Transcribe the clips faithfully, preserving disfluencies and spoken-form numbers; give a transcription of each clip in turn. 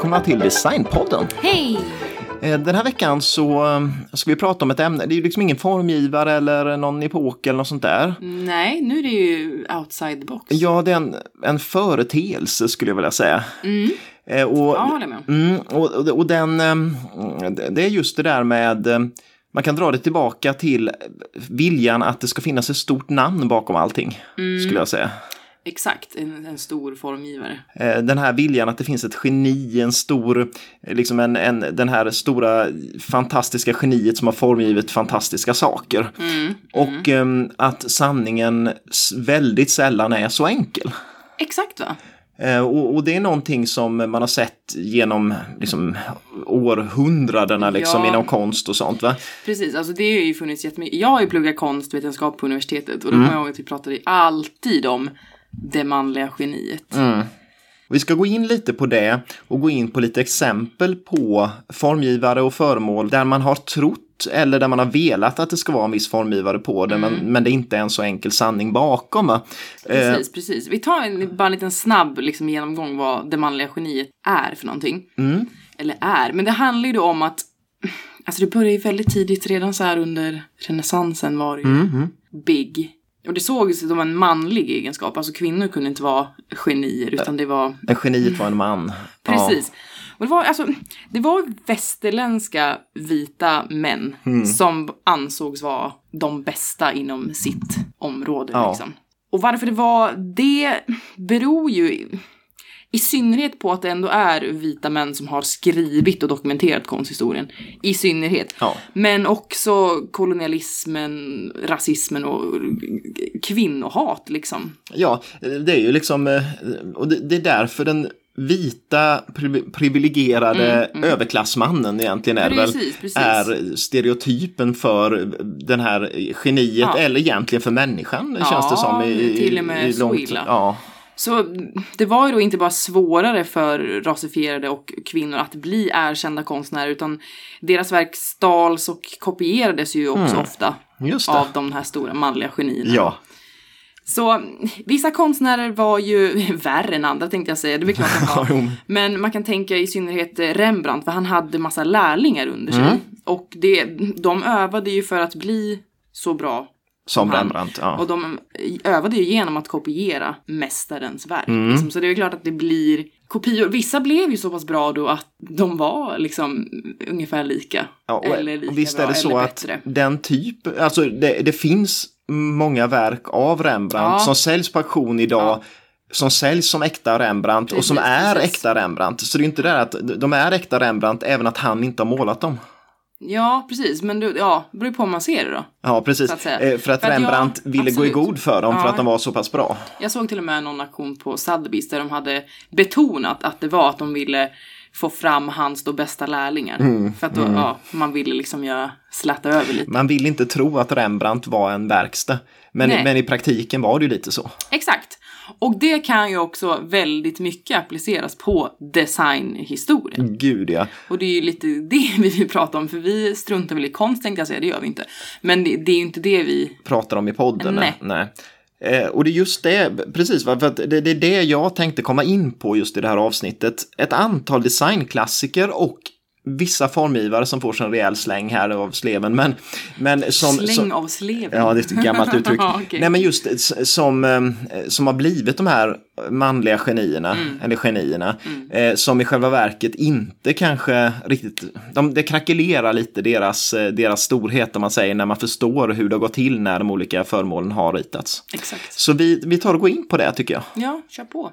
välkomna till Designpodden. Hej! Den här veckan så ska vi prata om ett ämne. Det är ju liksom ingen formgivare eller någon epok eller något sånt där. Nej, nu är det ju outside the box. Ja, det är en, en företeelse skulle jag vilja säga. Mm. Och, ja, håller med. Mm, och, och, och den, det är just det där med, man kan dra det tillbaka till viljan att det ska finnas ett stort namn bakom allting, mm. skulle jag säga. Exakt, en, en stor formgivare. Den här viljan att det finns ett geni, en stor, liksom en, en, den här stora fantastiska geniet som har formgivit fantastiska saker. Mm. Och mm. Um, att sanningen väldigt sällan är så enkel. Exakt va? Och, och det är någonting som man har sett genom liksom, århundradena liksom, ja. Inom konst och sånt va? Precis, alltså det har ju funnits jättemycket. Jag har ju pluggat konstvetenskap på universitetet och då kommer mm. jag ihåg att vi pratade alltid om det manliga geniet. Mm. Vi ska gå in lite på det och gå in på lite exempel på formgivare och föremål där man har trott eller där man har velat att det ska vara en viss formgivare på det, mm. men, men det är inte en så enkel sanning bakom. Va? Precis, eh. precis. Vi tar en, bara en liten snabb liksom, genomgång vad det manliga geniet är för någonting. Mm. Eller är, men det handlar ju då om att alltså det börjar ju väldigt tidigt, redan så här under renässansen var det ju mm. big. Och det såg ut som en manlig egenskap. Alltså kvinnor kunde inte vara genier utan det var... En geniet var en man. Precis. Ja. Och det var, alltså, det var västerländska vita män mm. som ansågs vara de bästa inom sitt område. Ja. Liksom. Och varför det var det beror ju i synnerhet på att det ändå är vita män som har skrivit och dokumenterat konsthistorien. I synnerhet. Ja. Men också kolonialismen, rasismen och kvinnohat liksom. Ja, det är ju liksom, och det är därför den vita privilegierade mm, mm. överklassmannen egentligen är, precis, väl, precis. är stereotypen för den här geniet ja. Eller egentligen för människan ja, känns det som i, till och med i så långt, illa. Ja. Så det var ju då inte bara svårare för rasifierade och kvinnor att bli erkända konstnärer utan deras verk stals och kopierades ju också mm, ofta av de här stora manliga genierna. Ja. Så vissa konstnärer var ju värre än andra tänkte jag säga, det är klart att var. Men man kan tänka i synnerhet Rembrandt för han hade massa lärlingar under sig. Mm. Och det, de övade ju för att bli så bra som Rembrandt, ja. Och de övade ju genom att kopiera mästarens verk. Mm. Liksom. Så det är klart att det blir kopior. Vissa blev ju så pass bra då att de var liksom ungefär lika. Ja, och, eller lika och visst är det bra, så att bättre. Den typ, alltså det, det finns många verk av Rembrandt ja. Som säljs på auktion idag. Ja. Som säljs som äkta Rembrandt precis, och som är precis. Äkta Rembrandt. Så det är inte det att de är äkta Rembrandt även att han inte har målat dem. Ja, precis. Men du, ja, det beror på om man ser det då. Ja, precis. Att för att, för att Rembrandt jag, ville absolut. Gå i god för dem ja. För att de var så pass bra. Jag såg till och med någon aktion på Sotheby's där de hade betonat att det var att de ville få fram hans då bästa lärlingar. Mm, för att då, mm. ja, man ville liksom göra, släta över lite. Man vill inte tro att Rembrandt var en verkstad. Men, men i praktiken var det ju lite så. Exakt. Och det kan ju också väldigt mycket appliceras på designhistorien. Gud ja. Och det är ju lite det vi vill prata om. För vi struntar väl i konst tänkte jag säga, det gör vi inte. Men det, det är ju inte det vi... pratar om i podden. Nej. Nej. Eh, och det är just det, precis va? För att det, det är det jag tänkte komma in på just i det här avsnittet. Ett antal designklassiker och vissa formgivare som får en rejäl släng här av sleven. Men, men som, släng som, av sleven? Ja, det är ett gammalt uttryck. Okay. Nej, men just som, som har blivit de här manliga genierna, mm. eller genierna, mm. eh, som i själva verket inte kanske riktigt, de, det krackelerar lite deras, deras storhet om man säger, när man förstår hur det har gått till när de olika föremålen har ritats. Exakt. Så vi, vi tar och går in på det tycker jag. Ja, kör på.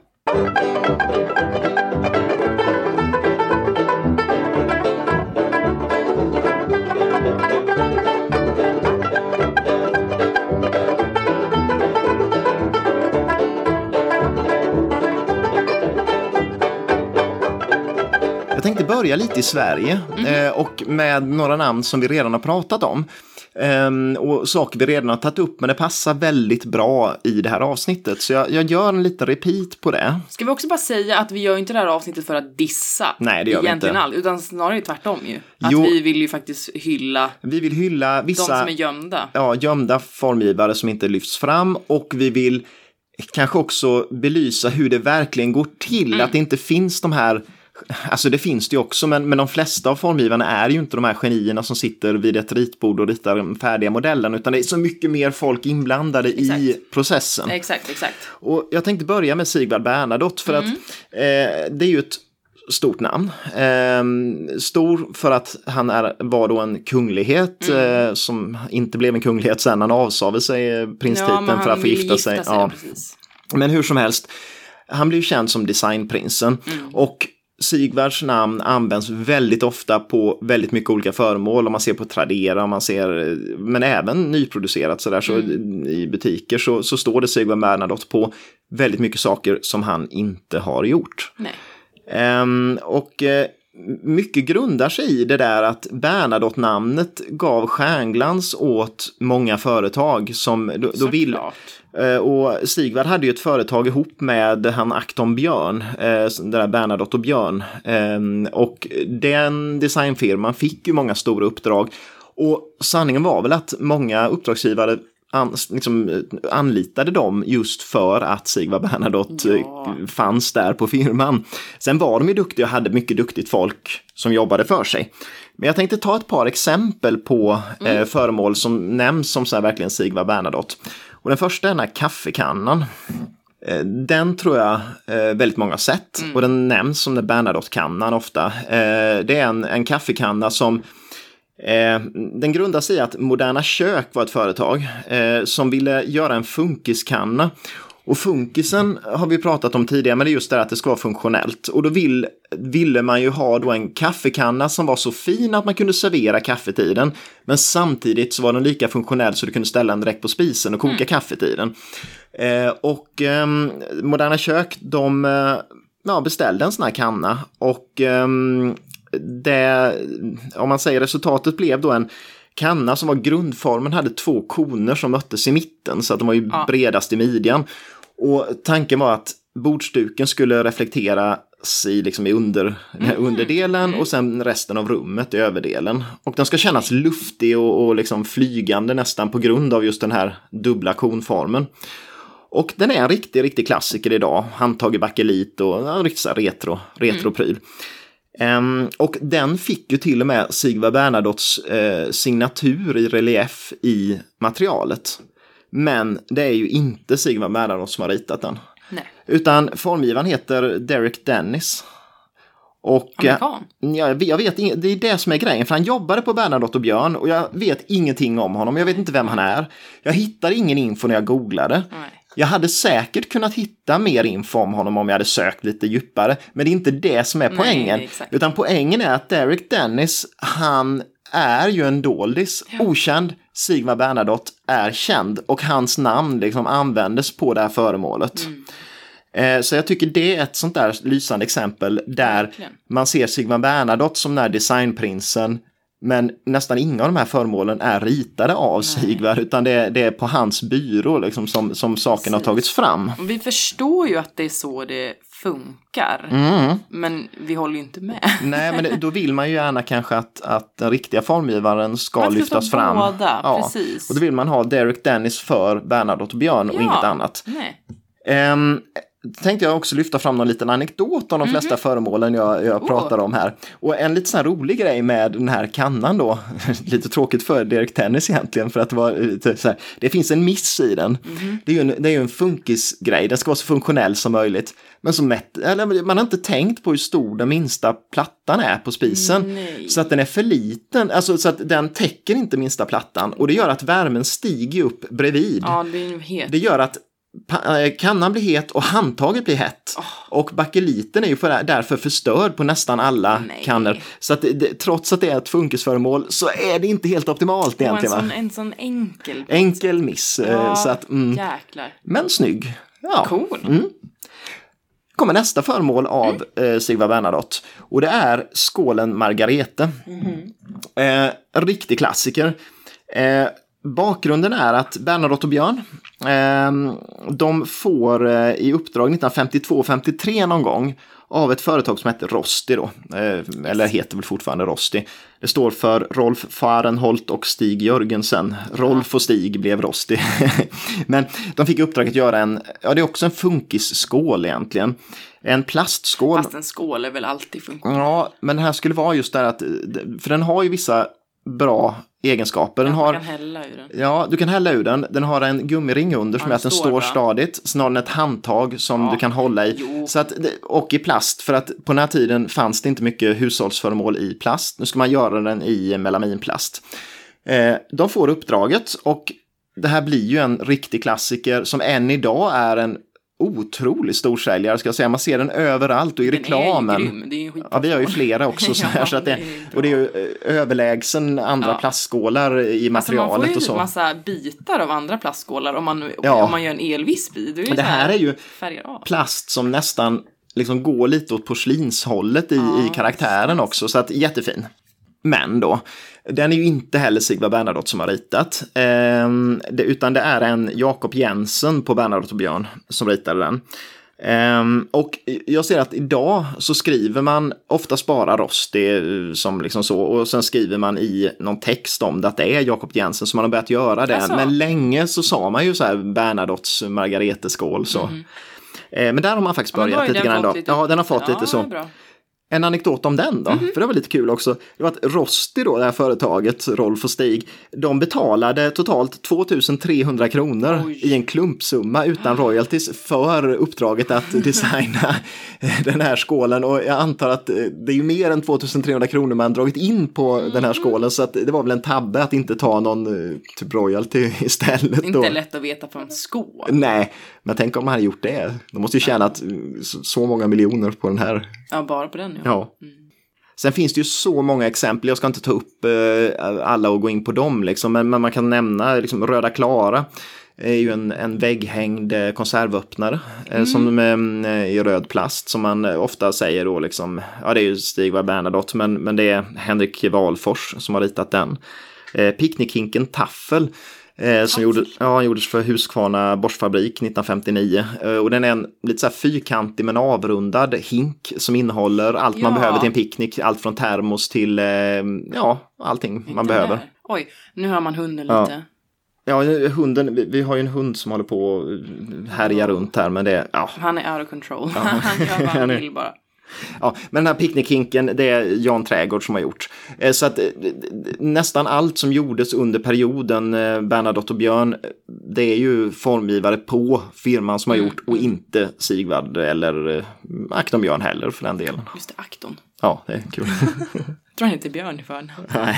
Jag tänkte börja lite i Sverige mm. eh, och med några namn som vi redan har pratat om. Um, och saker vi redan har tagit upp, men det passar väldigt bra i det här avsnittet, så jag, jag gör en liten repeat på det. Ska vi också bara säga att vi gör inte det här avsnittet för att dissa. Nej, det gör vi inte. Allt, utan snarare tvärtom ju. Att jo, vi vill ju faktiskt hylla vi vill hylla vissa, de som är gömda. Ja, gömda formgivare som inte lyfts fram, och vi vill kanske också belysa hur det verkligen går till, mm. att det inte finns de här alltså det finns det ju också, men, men de flesta av formgivarna är ju inte de här genierna som sitter vid ett ritbord och ritar den färdiga modellen, utan det är så mycket mer folk inblandade exakt. I processen. Exakt, exakt. Och jag tänkte börja med Sigvard Bernadotte, för mm. att eh, det är ju ett stort namn. Eh, stor för att han är, var då en kunglighet mm. eh, som inte blev en kunglighet sen han avsade sig prinstiteln ja, för att få gifta sig. sig ja. Men hur som helst, han blev känd som designprinsen mm. och Sigvards namn används väldigt ofta på väldigt mycket olika föremål. Om man ser på Tradera, man ser, men även nyproducerat så där, så mm. i butiker så, så står det Sigvard Bernadotte på väldigt mycket saker som han inte har gjort. Nej. Um, och uh, mycket grundar sig i det där att Bernadotte-namnet gav stjärnglans åt många företag som då, då vill. Uh, och Sigvard hade ju ett företag ihop med han Acton Björn, uh, det där Bernadotte och Björn. Um, och den designfirman fick ju många stora uppdrag. Och sanningen var väl att många uppdragsgivare An, liksom, anlitade dem just för att Sigvard Bernadotte ja. fanns där på firman. Sen var de ju duktiga och hade mycket duktigt folk som jobbade för sig. Men jag tänkte ta ett par exempel på mm. eh, föremål som nämns som så här verkligen Sigvard Bernadotte. Och den första är den här kaffekannan. Eh, den tror jag eh, väldigt många har sett. Mm. Och den nämns som den Bernadotte-kannan ofta. Eh, det är en, en kaffekanna som Eh, den grundar sig i att Moderna Kök var ett företag eh, som ville göra en funkiskanna. Och funkisen har vi pratat om tidigare, men det är just det att det ska vara funktionellt. Och då vill, ville man ju ha då en kaffekanna som var så fin att man kunde servera kaffetiden. Men samtidigt så var den lika funktionell så du kunde ställa den direkt på spisen och koka mm. kaffetiden. Eh, och eh, Moderna Kök, de eh, ja, beställde en sån här kanna och eh, det, om man säger resultatet blev då en kanna som var grundformen, hade två koner som möttes i mitten så att de var ju ja. bredast i midjan. Och tanken var att bordsduken skulle reflektera i, liksom i under, mm. underdelen mm. och sen resten av rummet i överdelen. Och den ska kännas luftig och, och liksom flygande nästan på grund av just den här dubbla konformen. Och den är en riktig, riktig klassiker idag. Handtag i bakelit och en riktigt så här retro, retropryl. Mm. Um, och den fick ju till och med Sigvard Bernadottes eh, signatur i relief i materialet. Men det är ju inte Sigvard Bernadotte som har ritat den. Nej. Utan formgivaren heter Derek Dennis. Och, Amerikan? Ja, jag vet, det är det som är grejen. För han jobbade på Bernadotte och Björn och jag vet ingenting om honom. Jag vet inte vem han är. Jag hittar ingen info när jag googlade. Nej. Jag hade säkert kunnat hitta mer info om honom om jag hade sökt lite djupare. Men det är inte det som är poängen. Nej, utan poängen är att Derek Dennis, han är ju en doldis. Ja. Okänd. Sigvard Bernadotte är känd. Och hans namn liksom användes på det här föremålet. Mm. Eh, så jag tycker det är ett sånt där lysande exempel. Där Verkligen. Man ser Sigvard Bernadotte som den här designprinsen. Men nästan inga av de här föremålen är ritade av Nej. Sigvard, utan det är, det är på hans byrå liksom, som, som saken har tagits fram. Vi förstår ju att det är så det funkar, mm. men vi håller ju inte med. Nej, men det, då vill man ju gärna kanske att, att den riktiga formgivaren ska, ska lyftas fram. Båda, ja. precis. Och då vill man ha Derek Dennis för Bernadotte och Björn och ja. inget annat. Nej. Um, tänkte jag också lyfta fram någon liten anekdot om de flesta mm-hmm. föremålen jag, jag oh. pratar om här. Och en lite sån här rolig grej med den här kannan då. Lite tråkigt för Derek Dennis egentligen, för att det var lite så här, det finns en miss i den. Mm-hmm. Det är ju en, det är ju en funkisgrej. Den ska vara så funktionell som möjligt. Men så mätt, eller, man har inte tänkt på hur stor den minsta plattan är på spisen. Nej. Så att den är för liten. Alltså så att den täcker inte minsta plattan. Och det gör att värmen stiger upp bredvid. Ja, det är helt... Det gör att kannan blir het och handtaget blir hett. Oh. Och bakeliten är ju för, därför förstörd på nästan alla Nej. kannor. Så att det, trots att det är ett funkisföremål så är det inte helt optimalt egentligen. Och en sån, en sån enkel. Enkel miss. Ja, så att, mm, jäklar. Men snygg. Ja. Cool. Mm. Kommer nästa föremål av mm. eh, Sigvard Bernadotte. Och det är skålen Margarete. Mm-hmm. Eh, riktig klassiker. Eh, Bakgrunden är att Bernadotte och Björn De får i uppdrag nittonhundrafemtiotvå femtiotre någon gång av ett företag som heter Rosti då, eller heter väl fortfarande Rosti. Det står för Rolf Fahrenholt och Stig Jörgensen. Rolf och Stig blev Rosti. Men de fick uppdraget att göra en, ja det är också en funkisskål egentligen. En plastskål. Fast en skål är väl alltid funkis. Ja, men det här skulle vara just där att, för den har ju vissa bra egenskaper. Den ja, har, man kan hälla ur den. Ja, du kan hälla ur den. Den har en gummiring under som ja, gör att den står, står stadigt. Sen har den ett handtag som ja. du kan hålla i. Så att, och i plast, för att på den här tiden fanns det inte mycket hushållsföremål i plast. Nu ska man göra den i melaminplast. Eh, de får uppdraget och det här blir ju en riktig klassiker som än idag är en otroligt storsäljare ska jag säga. Man ser den överallt och i den reklamen. Är ju grym. Det är ju ja, vi har ju flera också. Så här, ja, så att det, det och det är ju överlägsen andra ja. plastskålar i materialet. Alltså man får ju och så. massa bitar av andra plastskålar om man, ja. om man gör en elvisp i. Det, är det här är ju färger, plast som nästan liksom går lite åt porslinshållet i, ja, i karaktären också. Så att jättefin. Men då, den är ju inte heller Sigvard Bernadotte som har ritat. Eh, det, utan det är en Jakob Jensen på Bernadotte och Björn som ritade den. Eh, och jag ser att idag så skriver man oftast bara Rosti som liksom så. Och sen skriver man i någon text om det att det är Jakob Jensen som man har börjat göra det. Alltså. Men länge så sa man ju så här Bernadottes Margareteskål så. Mm. Eh, men där har man faktiskt börjat ja, lite grann idag. Lite... Ja, den har fått ja, lite så. En anekdot om den då, mm-hmm. för det var lite kul också. Det var att Rosti då, det här företaget, Rolf och Stig, de betalade totalt tvåtusen trehundra kronor Oj. i en klumpsumma utan royalties för uppdraget att designa den här skålen. Och jag antar att det är ju mer än tvåtusen trehundra kronor man dragit in på mm. den här skålen, så att det var väl en tabbe att inte ta någon typ royalty istället. Inte då. lätt att veta på en skål. Nej, men tänk om man hade gjort det. De måste ju tjänat så många miljoner på den här. Ja, bara på den. Ja. Ja. Mm. Sen finns det ju så många exempel. Jag ska inte ta upp eh, alla och gå in på dem. Liksom. Men, men man kan nämna liksom, Röda Klara. Är ju en, en vägghängd konservöppnare. Eh, mm. Som eh, i röd plast. Som man ofta säger då. Liksom, ja, det är ju Sigvard Bernadotte. Men, men det är Henrik Wahlfors som har ritat den. Eh, Picknickhinken Taffel. Eh, som gjorde, ja, gjordes för Husqvarna borstfabrik nittonhundrafemtionio. Eh, och den är en lite så här fyrkantig men avrundad hink som innehåller allt ja. man behöver till en picknick. Allt från termos till eh, ja, allting Inte man behöver. Där. Oj, nu hör man hunden lite. Ja, ja hunden, vi, vi har ju en hund som håller på och härjar oh. runt här. Men det, ja. Han är out of control. Ja. Han gör vad han vill bara. Ja, men den här picknickhinken, det är Jan Trädgård som har gjort. Så att nästan allt som gjordes under perioden Bernadotte och Björn, det är ju formgivare på firman som har gjort mm. och inte Sigvard eller Acton Björn heller för den delen. Just det, Acton. Ja, det är kul. Tror han inte Björn för honom? Nej.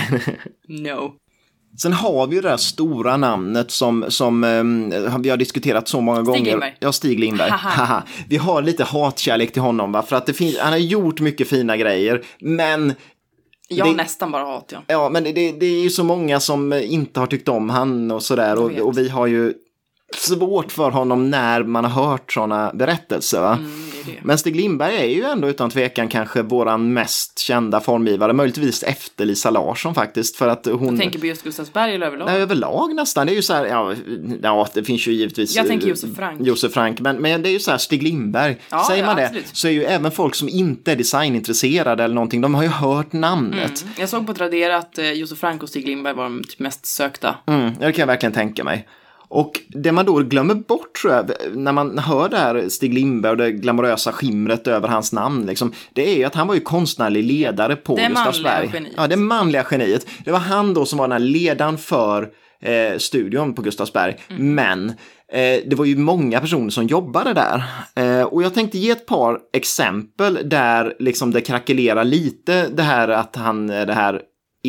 No. Sen har vi ju det där stora namnet som, som um, vi har diskuterat så många Stig gånger. Lindberg. Ja, Stig Lindberg. Vi har lite hatkärlek till honom, va? För att det finns, han har gjort mycket fina grejer, men... Jag det, nästan bara hat, ja. Ja, men det, det är ju så många som inte har tyckt om han och sådär. Och, och vi har ju svårt för honom när man har hört sådana berättelser, va? Mm, det är det. Men Stig Lindberg är ju ändå utan tvekan kanske våran mest kända formgivare, möjligtvis efter Lisa Larsson faktiskt, för att hon... Jag tänker på just Gustavsberg eller överlag? Nej, överlag nästan, det är ju så här, ja, ja det finns ju givetvis... Jag tänker Josef Frank. Josef Frank, men, men det är ju så här, Stig Lindberg, ja, säger ja, man absolut. det, så är ju även folk som inte är designintresserade eller någonting, de har ju hört namnet. Mm. Jag såg på Tradera att eh, Josef Frank och Stig Lindberg var de typ mest sökta. Mm, ja, det kan jag verkligen tänka mig. Och det man då glömmer bort, tror jag, när man hör det här Stig Lindberg och det glamorösa skimret över hans namn, liksom, det är ju att han var ju konstnärlig ledare på Gustavsberg. Geniet. Ja, det manliga geniet. Det var han då som var den här ledaren för eh, studion på Gustavsberg. Mm. Men eh, det var ju många personer som jobbade där. Eh, och jag tänkte ge ett par exempel där liksom det krackelerar lite det här att han, det här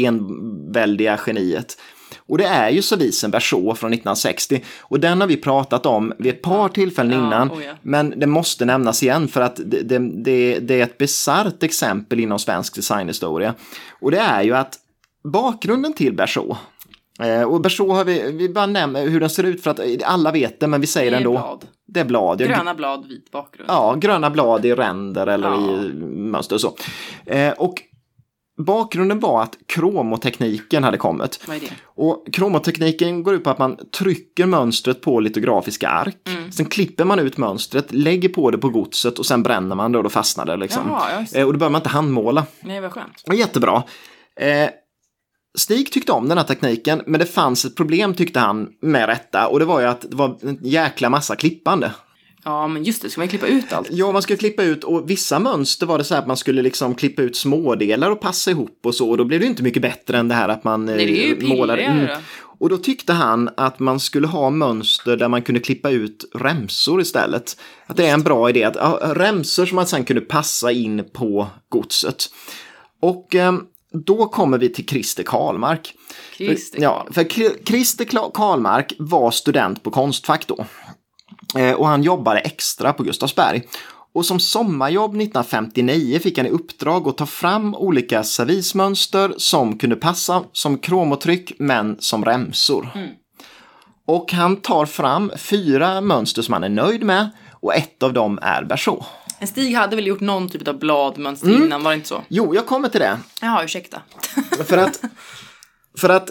enväldiga geniet. Och det är ju servisen Berchaux från nittonhundrasextio. Och den har vi pratat om vid ett par tillfällen ja, innan. Oh ja. Men det måste nämnas igen för att det, det, det, det är ett bisarrt exempel inom svensk designhistoria. Och det är ju att bakgrunden till Berchaux. Eh, och Berchaux har vi, vi bara nämner hur den ser ut för att alla vet det, men vi säger det ändå. Blad. Det är blad. Gröna blad, vit bakgrund. Ja, gröna blad i ränder eller ja. i mönster och så. Eh, och bakgrunden var att kromotekniken hade kommit. Vad är det? Och kromotekniken går ut på att man trycker mönstret på litografiska ark. Mm. Sen klipper man ut mönstret, lägger på det på godset och sen bränner man det och då fastnar det. Liksom. Jaha, eh, och då behöver man inte handmåla. Nej, vad skönt. Och jättebra. Eh, Stig tyckte om den här tekniken, men det fanns ett problem tyckte han med rätta. Och det var ju att det var en jäkla massa klippande. Ja, men just det, ska man klippa ut allt? Ja, man skulle klippa ut, och vissa mönster var det så här att man skulle liksom klippa ut smådelar och passa ihop och så, och då blev det inte mycket bättre än det här att man Nej, det är ju målade. Mm. Då. Och då tyckte han att man skulle ha mönster där man kunde klippa ut remsor istället. Att det är en bra idé, att ja, remsor som man sen kunde passa in på godset. Och eh, då kommer vi till Christer Karlmark. Christer Ja, för Christer Karlmark var student på Konstfack då. Och han jobbade extra på Gustavsberg. Och som sommarjobb nittonhundrafemtionio fick han i uppdrag att ta fram olika servismönster som kunde passa som kromotryck men som remsor. Mm. Och han tar fram fyra mönster som han är nöjd med, och ett av dem är Berså. En Stig hade väl gjort någon typ av bladmönster mm. innan, var det inte så? Jo, jag kommer till det. Jaha, ursäkta. för att... För att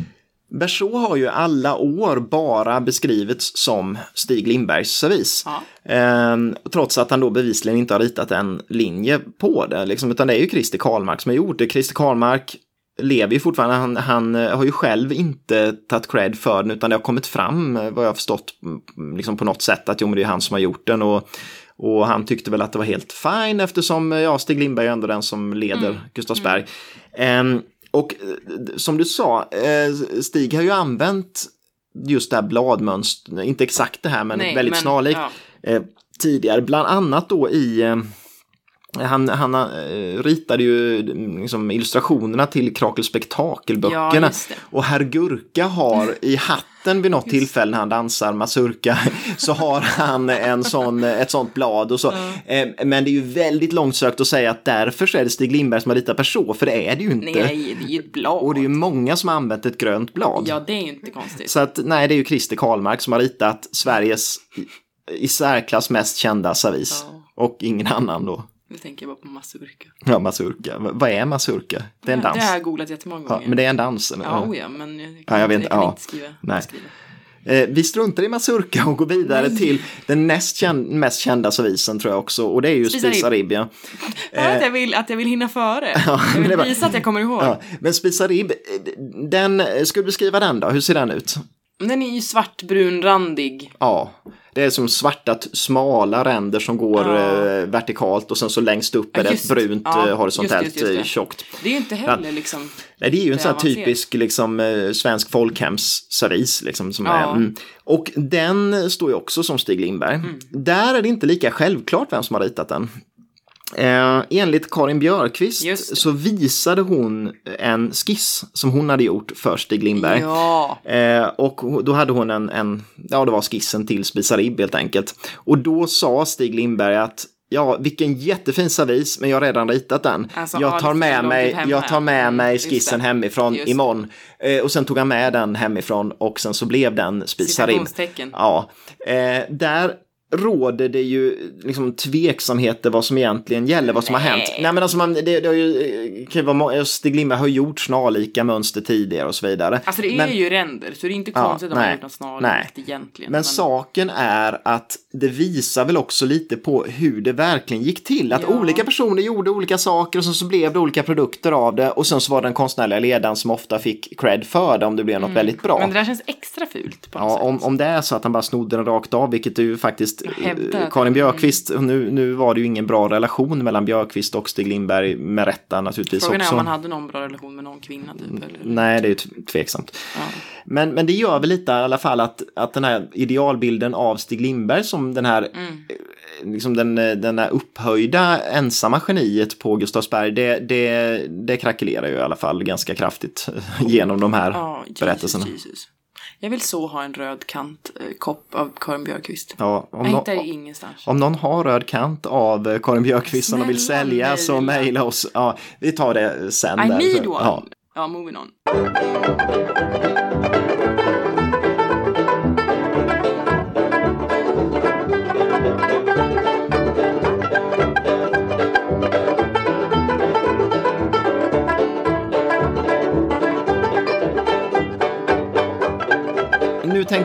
Berså har ju alla år bara beskrivits som Stig Lindbergs servis. Ja. Eh, trots att han då bevisligen inte har ritat en linje på det. Liksom, utan det är ju Christer Karlmark som har gjort det. Christer Karlmark lever ju fortfarande. Han, han har ju själv inte tagit cred för den, utan det har kommit fram, vad jag har förstått, liksom på något sätt att jo, men det är han som har gjort den. Och, och han tyckte väl att det var helt fine eftersom ja, Stig Lindberg är ändå den som leder mm. Gustavsberg. Mm. Eh, Och som du sa, Stig har ju använt just det här bladmönster, inte exakt det här men Nej, väldigt men, snarlikt ja. tidigare. Bland annat då i, han, han ritade ju liksom illustrationerna till Krakel Spektakelböckerna. Ja, och Herr Gurka har i hatten vid något tillfälle när han dansar mazurka så har han en sån, ett sånt blad och så. Ja. Men det är ju väldigt långsökt att säga att därför så är det Stig Lindberg som har ritat Berså, för det är det ju inte. Nej, det är ju ett blad. Och det är ju många som har använt ett grönt blad. Ja, det är ju inte konstigt. Så att, nej, det är ju Christer Karlmark som har ritat Sveriges i särklass mest kända servis. Ja. Och ingen annan då. Nu tänker jag bara på mazurka. Ja, mazurka. V- vad är mazurka? Det är en dans. Det har jag googlat jättemånga gånger. Ja, men det är en dans. Ja, oh ja, men jag kan, ja, jag vet, inte, jag kan ja. inte skriva. Nej. skriva. Eh, vi struntar i mazurka och går vidare Nej. till den näst känd, mest kända servisen tror jag också. Och det är ju Spisa Ribb. Ja. Eh, att, jag vill, att jag vill hinna före. Ja, jag vill visa bara, att jag kommer ihåg. Ja, men Spisa Ribb, den, ska du beskriva den då? Hur ser den ut? Den är ju svartbrunrandig. Ja, det är som svarta smala ränder som går ja. eh, vertikalt och sen så längst upp är det ett brunt ja, horisontellt just, just, just tjockt. Det är ju inte heller ja. liksom... Nej, det är ju en sån här typisk liksom, eh, svensk folkhemsservis. Liksom, som ja. är, mm. Och den står ju också som Stig Lindberg. Mm. Där är det inte lika självklart vem som har ritat den. Eh, enligt Karin Björkqvist så visade hon en skiss som hon hade gjort för Stig Lindberg. Ja. Eh, och då hade hon en, en, ja det var skissen till Spisa Ribb helt enkelt. Och då sa Stig Lindberg att ja, vilken jättefin servis, men jag har redan ritat den. Alltså, jag, tar med mig, hemma, jag tar med mm, mig skissen hemifrån just imorgon. Eh, och sen tog han med den hemifrån och sen så blev den Spisa Ribb. Ja. Eh, där råder det ju liksom tveksamheter vad som egentligen gäller, vad som Nej. har hänt. Nej, men alltså man, det, det har ju, okay, Stig Lindberg har gjort snarlika mönster tidigare och så vidare. Alltså det är men, ju ränder, så det är inte konstigt ja, att man har gjort något snarlikt nej. egentligen. Men, men saken är att det visar väl också lite på hur det verkligen gick till. Att ja. olika personer gjorde olika saker och sen så blev det olika produkter av det och sen så var det den konstnärliga ledaren som ofta fick cred för det om det blev något mm. väldigt bra. Men det där känns extra fult på något ja, sätt. Om, om det är så att han bara snodde den rakt av, vilket är ju faktiskt Karin Björkqvist, nu, nu var det ju ingen bra relation mellan Björkqvist och Stig Lindberg med rätta naturligtvis. Frågan är också. om man hade någon bra relation med någon kvinna typ, eller? Nej, det är ju tveksamt. Ja. Men, men det gör väl lite i alla fall att, att den här idealbilden av Stig Lindberg som den här mm. liksom den, den där upphöjda ensamma geniet på Gustavsberg, det, det, det krackelerar ju i alla fall ganska kraftigt genom de här oh, Jesus, berättelserna. Jesus. Jag vill så ha en röd kant eh, kopp av Karin Björkqvist. Ja, om jag hittar det ingenstans. Om någon har röd kant av Karin Björkqvist som de vill sälja maila. Så mejla oss. Ja, vi tar det sen. I där. need one. Ja, ja moving on.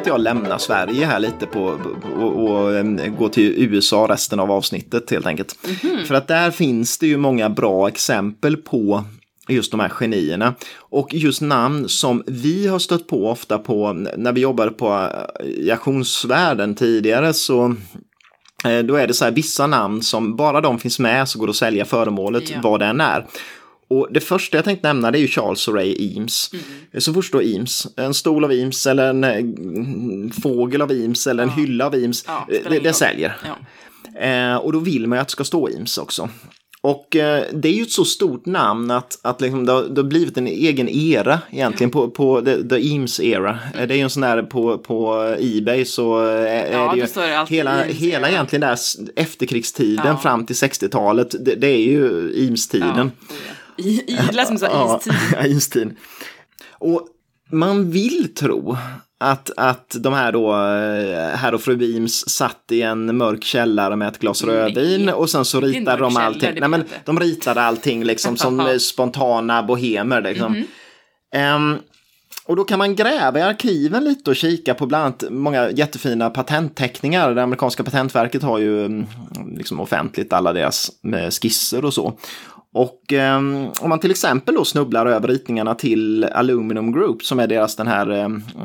tänkte jag lämna Sverige här lite på, på, och, och gå till U S A resten av avsnittet helt enkelt. Mm-hmm. För att där finns det ju många bra exempel på just de här genierna. Och just namn som vi har stött på ofta på när vi jobbade på i auktionsvärlden tidigare, så då är det så här vissa namn som bara de finns med så går det att sälja föremålet ja. vad det än är. Och det första jag tänkte nämna det är ju Charles och Ray Eames. Mm. Så först då Eames, en stol av Eames eller en fågel av Eames eller en ja. hylla av Eames, ja, det, det säljer. Ja. Eh, och då vill man ju att det ska stå Eames också. Och eh, det är ju ett så stort namn att, att liksom det, har, det har blivit en egen era egentligen på, på the, the Eames era. Mm. Det är ju en sån där på, på eBay så är, ja, är det ju det hela, hela egentligen där efterkrigstiden ja. fram till sextiotalet. Det, det är ju Eames-tiden. Ja. I, i, det lät som så ja, istid. Och man vill tro att, att de här då, herr och fru Eames satt i en mörk källare med ett glas rödvin Nej. och sen så ritade de allting. Nej, men de ritade allting liksom som spontana bohemer liksom. Mm-hmm. Um, och då kan man gräva i arkiven lite och kika på bland annat många jättefina patentteckningar. Det amerikanska patentverket har ju liksom offentligt alla deras skisser och så. Och eh, om man till exempel då snubblar över ritningarna till Aluminum Group som är deras den här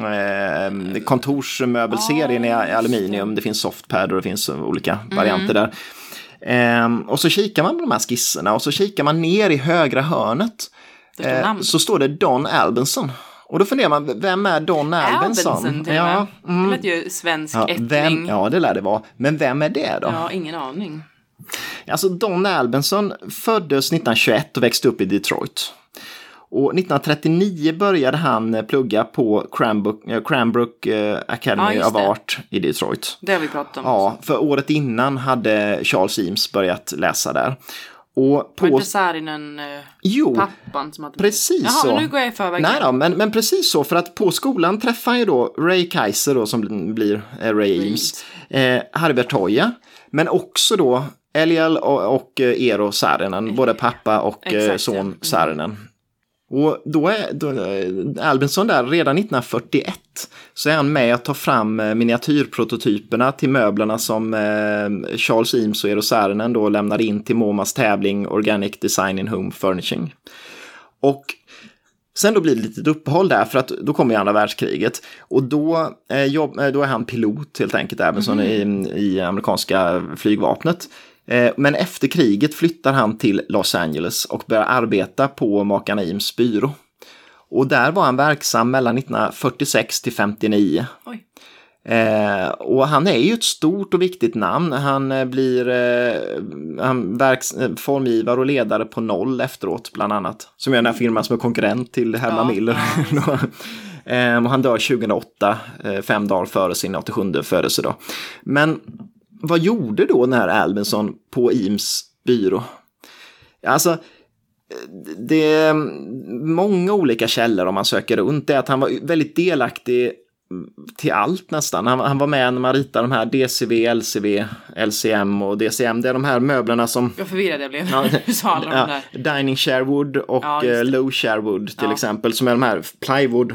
eh, kontorsmöbelserien oh, i aluminium. Det finns softpad och det finns olika mm. varianter där. Eh, och så kikar man på de här skisserna och så kikar man ner i högra hörnet. Eh, så står det Don Albinson. Och då funderar man, vem är Don Albinson? Albinson ja, mm. Det lät ju svensk ja, ättling. Vem, ja, det lär det vara. Men vem är det då? Ja, ingen aning. Alltså Don Albinson föddes nittonhundratjugoett och växte upp i Detroit. Och nittonhundratrettionio började han plugga på Cranbrook, äh, Cranbrook äh, Academy ja, of Art i Detroit. Det har vi pratat om. Ja, för året innan hade Charles Eames börjat läsa där. Och på... Var inte Saarinen äh, jo, pappan som hade... precis Jaha, så. men nu går jag i förväg. Nej då, men, men precis så, för att på skolan träffar han ju då Ray Kaiser då, som blir äh, Ray Eames, eh, Harry Bertoia, men också då Eliel och, och Eero Saarinen, både pappa och Exakt, son ja. Saarinen. Och då är då, Albinson där redan nittonhundrafyrtioett så är han med att ta fram miniatyrprototyperna till möblerna som eh, Charles Eames och Eero Saarinen då lämnade in till MoMAs tävling Organic Design in Home Furnishing. Och sen då blir det lite uppehåll där för att då kommer ju andra världskriget och då, eh, jobb, då är han pilot helt enkelt Albinson mm. i, i amerikanska flygvapnet. Men efter kriget flyttar han till Los Angeles och börjar arbeta på makarna Eames byrå. Och där var han verksam mellan nittonhundrafyrtiosex till femtionio. Oj. Eh, och han är ju ett stort och viktigt namn. Han blir eh, han verks, formgivare och ledare på Noll efteråt bland annat. Som är den här firman som är konkurrent till Herman ja, Miller. Ja. eh, och han dör tjugohundraåtta, eh, fem dagar före sin åttiosjunde födelsedag. Men vad gjorde då den här Albinson på Eames byrå? Alltså, det är många olika källor om man söker runt. Det är att han var väldigt delaktig till allt nästan. Han, han var med när man ritade de här D C V, L C V, L C M och D C M. Det är de här möblerna som... Jag förvirrade jag blev. Ja, så alla ja, de där. Dining Chairwood och ja, Low Chairwood till ja. exempel. Som är de här plywood...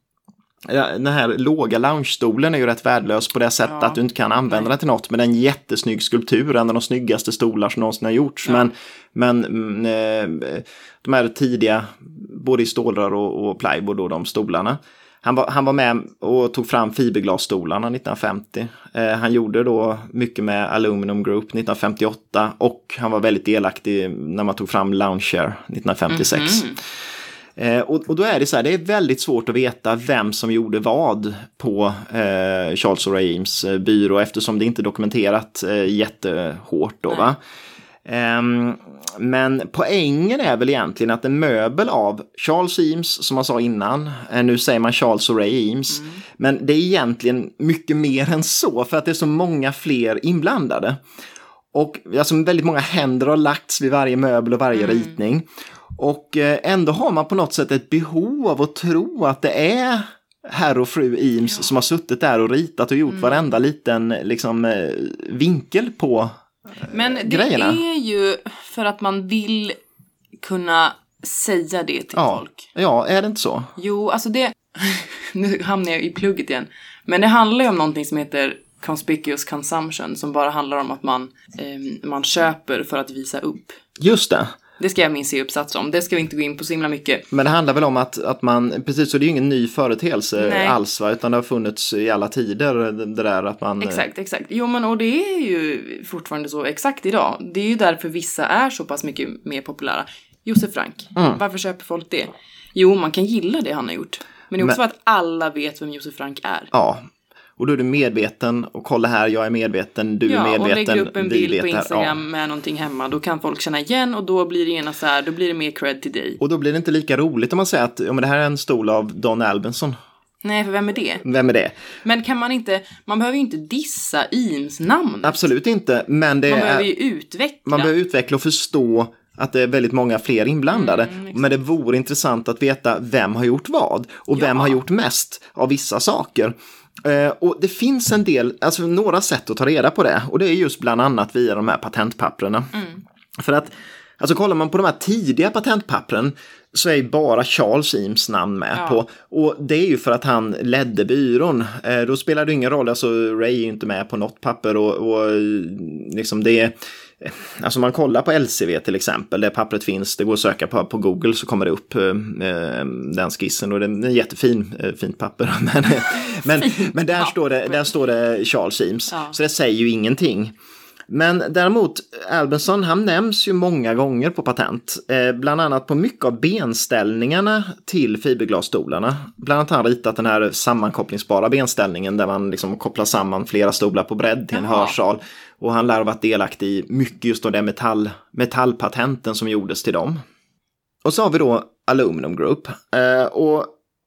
Den här låga lounge-stolen är ju rätt värdelös på det sättet ja. att du inte kan använda den till något. Men det är en jättesnygg skulptur, en av de snyggaste stolar som någonsin har gjorts. Ja. Men, men eh, de här tidiga, både i stålar och, och plywood och de stolarna. Han var, han var med och tog fram fiberglasstolarna nittonhundrafemtio. Eh, han gjorde då mycket med Aluminum Group nittonhundrafemtioåtta. Och han var väldigt delaktig när man tog fram Lounge Chair nittonhundrafemtiosex. Mm-hmm. Eh, och, och då är det så här, det är väldigt svårt att veta vem som gjorde vad på eh, Charles och Ray Eames eh, byrå eftersom det inte är dokumenterat eh, jättehårt då va. Eh, men poängen är väl egentligen att en möbel av Charles Eames som man sa innan, eh, nu säger man Charles och Ray Eames, mm. men det är egentligen mycket mer än så för att det är så många fler inblandade. Och alltså, väldigt många händer har lagts vid varje möbel och varje mm. ritning. Och ändå har man på något sätt ett behov av att tro att det är herr och fru Eames ja. som har suttit där och ritat och gjort mm. varenda liten liksom, vinkel på Men det grejerna. är ju för att man vill kunna säga det till ja. folk. Ja, är det inte så? Jo, alltså det... nu hamnar jag i plugget igen. Men det handlar ju om någonting som heter conspicuous consumption, som bara handlar om att man, eh, man köper för att visa upp. Just det. Det ska jag min se uppsats om. Det ska vi inte gå in på så himla mycket. Men det handlar väl om att, att man, precis så det är ju ingen ny företeelse Nej. alls va, utan det har funnits i alla tider det där att man... Exakt, exakt. Jo men och det är ju fortfarande så exakt idag. Det är ju därför vissa är så pass mycket mer populära. Josef Frank, mm. varför köper folk det? Jo, man kan gilla det han har gjort. Men det är också men... för att alla vet vem Josef Frank är. Ja. Och då är du medveten och kolla här, jag är medveten, du ja, är medveten. Ja, och lägger upp en bild på Instagram ja. med någonting hemma. Då kan folk känna igen och då blir det ena så här, då blir det mer cred till dig. Och då blir det inte lika roligt om man säger att ja, men det här är en stol av Don Albenson. Nej, för vem är det? Vem är det? Men kan man inte, man behöver ju inte dissa Eames namn. Absolut inte, men det man är... Man behöver ju utveckla. Man behöver utveckla och förstå att det är väldigt många fler inblandade. Mm, men det vore intressant att veta vem har gjort vad. Och ja. Vem har gjort mest av vissa saker. Uh, och det finns en del, alltså några sätt att ta reda på det. Och det är just bland annat via de här patentpapperna. Mm. För att, alltså kollar man på de här tidiga patentpappren så är ju bara Charles Eames namn med ja. På. Och det är ju för att han ledde byrån. Uh, då spelar det ingen roll, alltså Ray är ju inte med på något papper och, och liksom det är... Alltså man kollar på L C V till exempel, där pappret finns, det går att söka på, på Google så kommer det upp eh, den skissen och det är en jättefin eh, fint papper. men men, men där, står det, där står det Charles Eames, ja. Så det säger ju ingenting. Men däremot, Albenson, han nämns ju många gånger på patent. Eh, bland annat på mycket av benställningarna till fiberglasstolarna. Bland annat har han ritat den här sammankopplingsbara benställningen där man liksom kopplar samman flera stolar på bredd till en Jaha. Hörsal. Och han lär ha varit delaktig i mycket just av den metall, metallpatenten som gjordes till dem. Och så har vi då Aluminum Group. Eh, och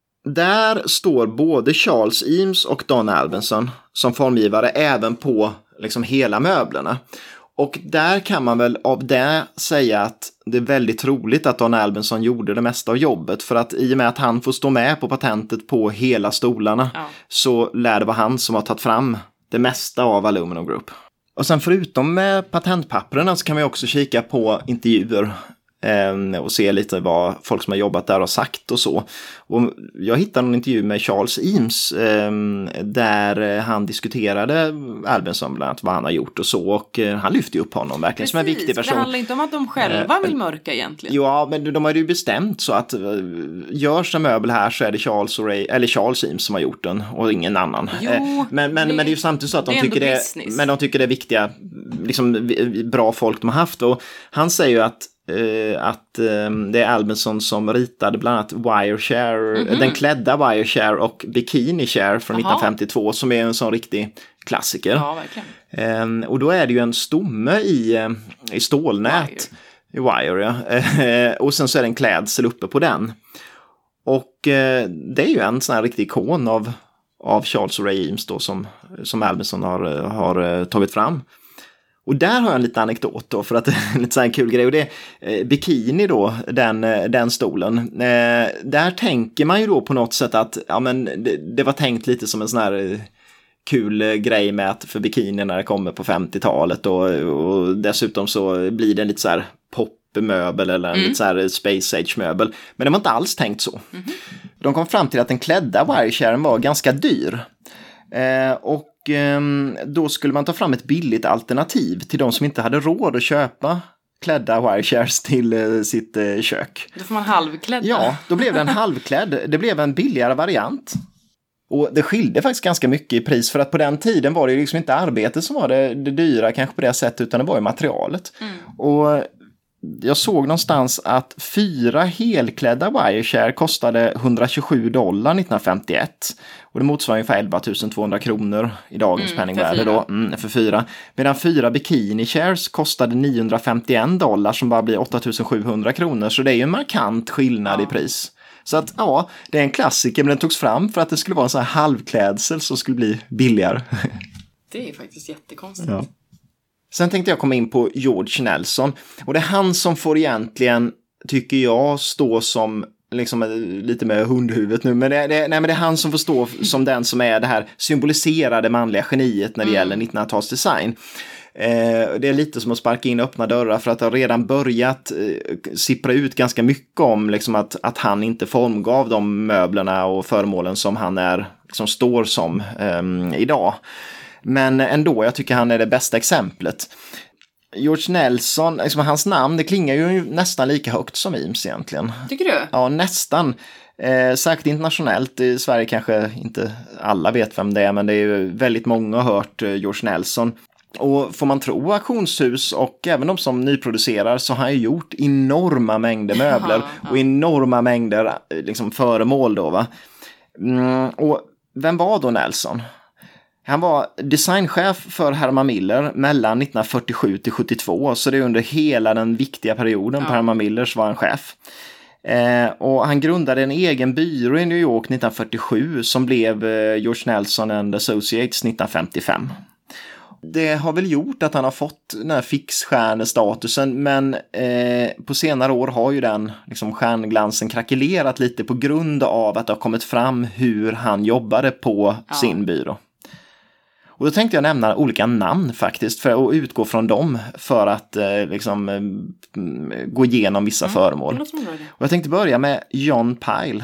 där står både Charles Eames och Don Albenson som formgivare även på liksom hela möblerna. Och där kan man väl av det säga att det är väldigt troligt att Don Albenson gjorde det mesta av jobbet. För att i och med att han får stå med på patentet på hela stolarna ja. Så lär det vara han som har tagit fram det mesta av Aluminum Group. Och sen förutom med patentpapperna så kan vi också kika på intervjuer eh, och se lite vad folk som har jobbat där har sagt och så. Och jag hittade en intervju med Charles Eames eh, där han diskuterade Albenson bland annat vad han har gjort och så. Och eh, han lyfte upp honom verkligen Precis, som en viktig person. Det handlar inte om att de själva vill mörka egentligen. Ja, men de har ju bestämt så att görs en möbel här så är det Charles, och Ray, eller Charles Eames som har gjort den och ingen annan. Jo, men, men, det, men det är ju samtidigt så att de det tycker det, men de tycker det är viktiga, liksom, bra folk de har haft. Och han säger ju att Uh, att um, det är Albenson som ritade bland annat Wireshare, mm-hmm. den klädda Wireshare och Bikini Share från Aha. nittonhundrafemtiotvå som är en sån riktig klassiker. Ja, verkligen. Um, och då är det ju en stomme i, uh, i stålnät. Wire. I Wire, ja. Uh, och sen så är det en klädsel uppe på den. Och uh, det är ju en sån här riktig ikon av, av Charles och Ray Eames då som, som Albenson har, har uh, tagit fram. Och där har jag en liten anekdot då, för att det är en lite så här kul grej. Och det är eh, Bikini då, den, den stolen. Eh, där tänker man ju då på något sätt att ja, men det, det var tänkt lite som en sån här eh, kul eh, grej med att för Bikini när det kommer på femtiotalet. Och, och dessutom så blir det en lite så här popmöbel eller en mm. lite så här space age möbel. Men det var inte alls tänkt så. Mm-hmm. De kom fram till att den klädda Wiresharen var ganska dyr. Eh, och då skulle man ta fram ett billigt alternativ till de som inte hade råd att köpa klädda Wireshares till uh, sitt uh, kök. Då får man halvklädd. Ja, då blev det en halvklädd. Det blev en billigare variant. Och det skilde faktiskt ganska mycket i pris, för att på den tiden var det ju liksom inte arbetet som var det, det dyra kanske på det sättet, utan det var ju materialet. Mm. Och jag såg någonstans att fyra helklädda Wireshare kostade hundratjugosju dollar nittonhundrafemtioett. Och det motsvarar ungefär elva tusen tvåhundra kronor i dagens mm, penningvärde då. Mm, för fyra. Medan fyra Bikini Shares kostade niohundrafemtioen dollar som bara blir åtta tusen sjuhundra kronor. Så det är ju en markant skillnad ja. I pris. Så att ja, det är en klassiker, men den togs fram för att det skulle vara en sån här halvklädsel som skulle bli billigare. Det är faktiskt jättekonstigt. Ja. Sen tänkte jag komma in på George Nelson. Och det är han som får egentligen, tycker jag, stå som liksom lite med hundhuvudet nu. Men det, det, nej, men det är han som får stå som den som är det här symboliserade manliga geniet när det mm. gäller nittonhundratalsdesign. Eh, det är lite som att sparka in öppna dörrar, för att det har redan börjat eh, sippra ut ganska mycket om liksom att, att han inte formgav de möblerna och föremålen som han är liksom står som um, idag. Men ändå, jag tycker han är det bästa exemplet. George Nelson, liksom, hans namn, det klingar ju nästan lika högt som Eames egentligen. Tycker du? Ja, nästan. Eh, säkert internationellt, i Sverige kanske inte alla vet vem det är, men det är ju väldigt många har hört eh, George Nelson. Och får man tro auktionshus och även de som nyproducerar så har han ju gjort enorma mängder möbler ja, ja. och enorma mängder liksom, föremål då va. Mm, och vem var då Nelson? Han var designchef för Herman Miller mellan nittonhundrafyrtiosju till sjuttiotvå, så det är under hela den viktiga perioden ja. på Herman Miller så var han chef. Eh, och han grundade en egen byrå i New York nittonhundrafyrtiosju som blev eh, George Nelson and Associates nittonhundrafemtiofem. Det har väl gjort att han har fått den här fixstjärnestatusen, men eh, på senare år har ju den liksom, stjärnglansen krackelerat lite på grund av att det har kommit fram hur han jobbade på ja. sin byrå. Och då tänkte jag nämna olika namn faktiskt för att utgå från dem för att eh, liksom, eh, gå igenom vissa mm, föremål. Och jag tänkte börja med John Pyle.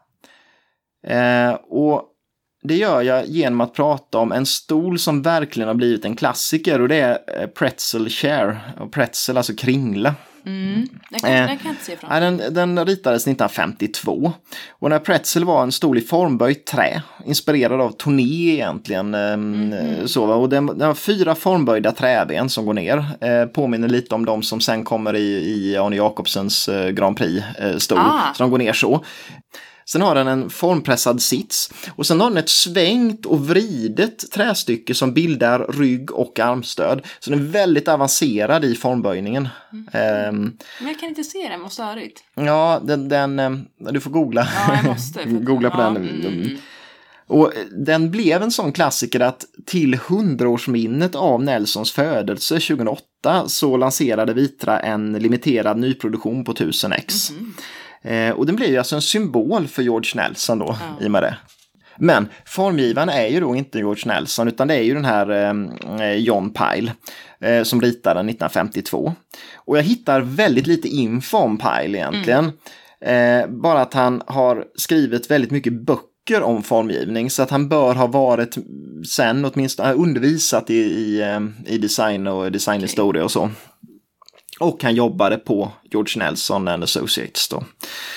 Eh, och det gör jag genom att prata om en stol som verkligen har blivit en klassiker, och det är pretzel chair. Och pretzel, alltså kringla. Mm. Jag, kan, jag kan inte se fram. Eh, den, den ritades nittonhundrafemtiotvå. Och när pretzel var en stol i formböjt trä, inspirerad av Torné egentligen. Eh, mm. så, och den, den har fyra formböjda träben som går ner. Eh, påminner lite om de som sen kommer i, i Arne Jacobsens eh, Grand Prix-stol. Eh, ah. Så de går ner så. Sen har den en formpressad sits och sen har den ett svängt och vridet trästycke som bildar rygg och armstöd. Så den är väldigt avancerad i formböjningen. Mm. Um, Men jag kan inte se den, måste ha ryggt. Ja, den, den, du får googla. Ja, jag måste. googla på ja, den. Mm. Och den blev en sån klassiker att till hundraårsminnet av Nelsons födelse tjugohundraåtta så lanserade Vitra en limiterad nyproduktion på tusen ex. Mm. Eh, och den blir ju alltså en symbol för George Nelson då, ja. i och med det. Men formgivaren är ju då inte George Nelson, utan det är ju den här eh, John Pyle eh, som ritade den nittonhundrafemtiotvå. Och jag hittar väldigt lite info om Pyle egentligen. Mm. Eh, bara att han har skrivit väldigt mycket böcker om formgivning, så att han bör ha varit sen åtminstone undervisat i, i, i design och designhistoria och så. Och han jobbade på George Nelson and Associates då.